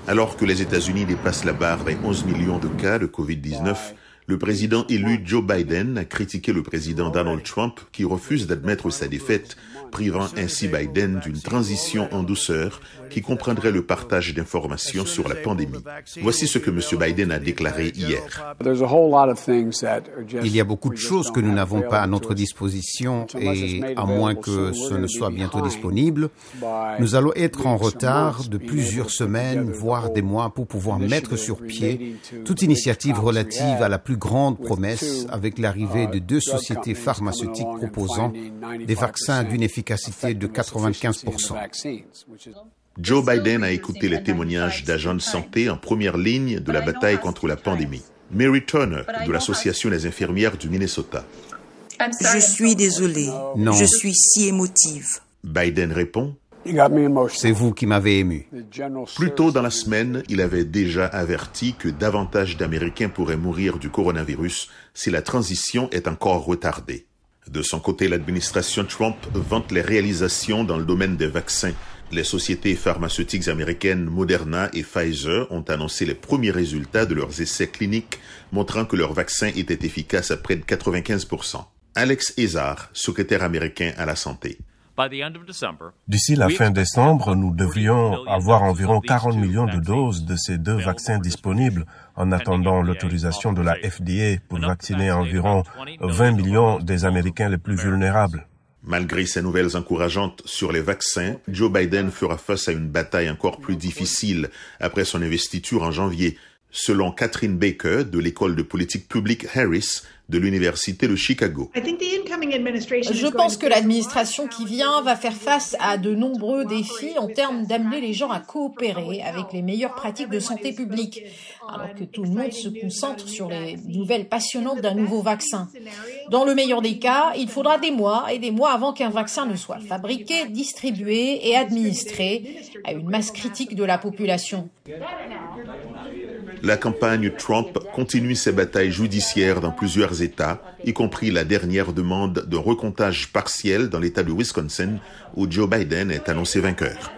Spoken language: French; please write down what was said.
Alors que les États-Unis dépassent la barre des 11 millions de cas de Covid-19, le président élu Joe Biden a critiqué le président Donald Trump qui refuse d'admettre sa défaite, privant ainsi Biden d'une transition en douceur qui comprendrait le partage d'informations sur la pandémie. Voici ce que M. Biden a déclaré hier. Il y a beaucoup de choses que nous n'avons pas à notre disposition et à moins que ce ne soit bientôt disponible, nous allons être en retard de plusieurs semaines, voire des mois pour pouvoir mettre sur pied toute initiative relative à la plus grande promesse avec l'arrivée de 2 sociétés pharmaceutiques proposant des vaccins d'une efficacité de 95%. Joe Biden a écouté les témoignages d'agents de santé en première ligne de la bataille contre la pandémie. Mary Turner, de l'Association des infirmières du Minnesota. Je suis désolée. Non. Je suis si émotive. Biden répond. C'est vous qui m'avez ému. Plus tôt dans la semaine, il avait déjà averti que davantage d'Américains pourraient mourir du coronavirus si la transition est encore retardée. De son côté, l'administration Trump vante les réalisations dans le domaine des vaccins. Les sociétés pharmaceutiques américaines Moderna et Pfizer ont annoncé les premiers résultats de leurs essais cliniques montrant que leur vaccin était efficace à près de 95%. Alex Azar, secrétaire américain à la santé. D'ici la fin décembre, nous devrions avoir environ 40 millions de doses de ces 2 vaccins disponibles en attendant l'autorisation de la FDA pour vacciner environ 20 millions des Américains les plus vulnérables. Malgré ces nouvelles encourageantes sur les vaccins, Joe Biden fera face à une bataille encore plus difficile après son investiture en janvier. Selon Catherine Baker de l'école de politique publique Harris de l'Université de Chicago. Je pense que l'administration qui vient va faire face à de nombreux défis en termes d'amener les gens à coopérer avec les meilleures pratiques de santé publique, alors que tout le monde se concentre sur les nouvelles passionnantes d'un nouveau vaccin. Dans le meilleur des cas, il faudra des mois et des mois avant qu'un vaccin ne soit fabriqué, distribué et administré à une masse critique de la population. La campagne Trump continue ses batailles judiciaires dans plusieurs États, y compris la dernière demande de recomptage partiel dans l'État de Wisconsin, où Joe Biden est annoncé vainqueur.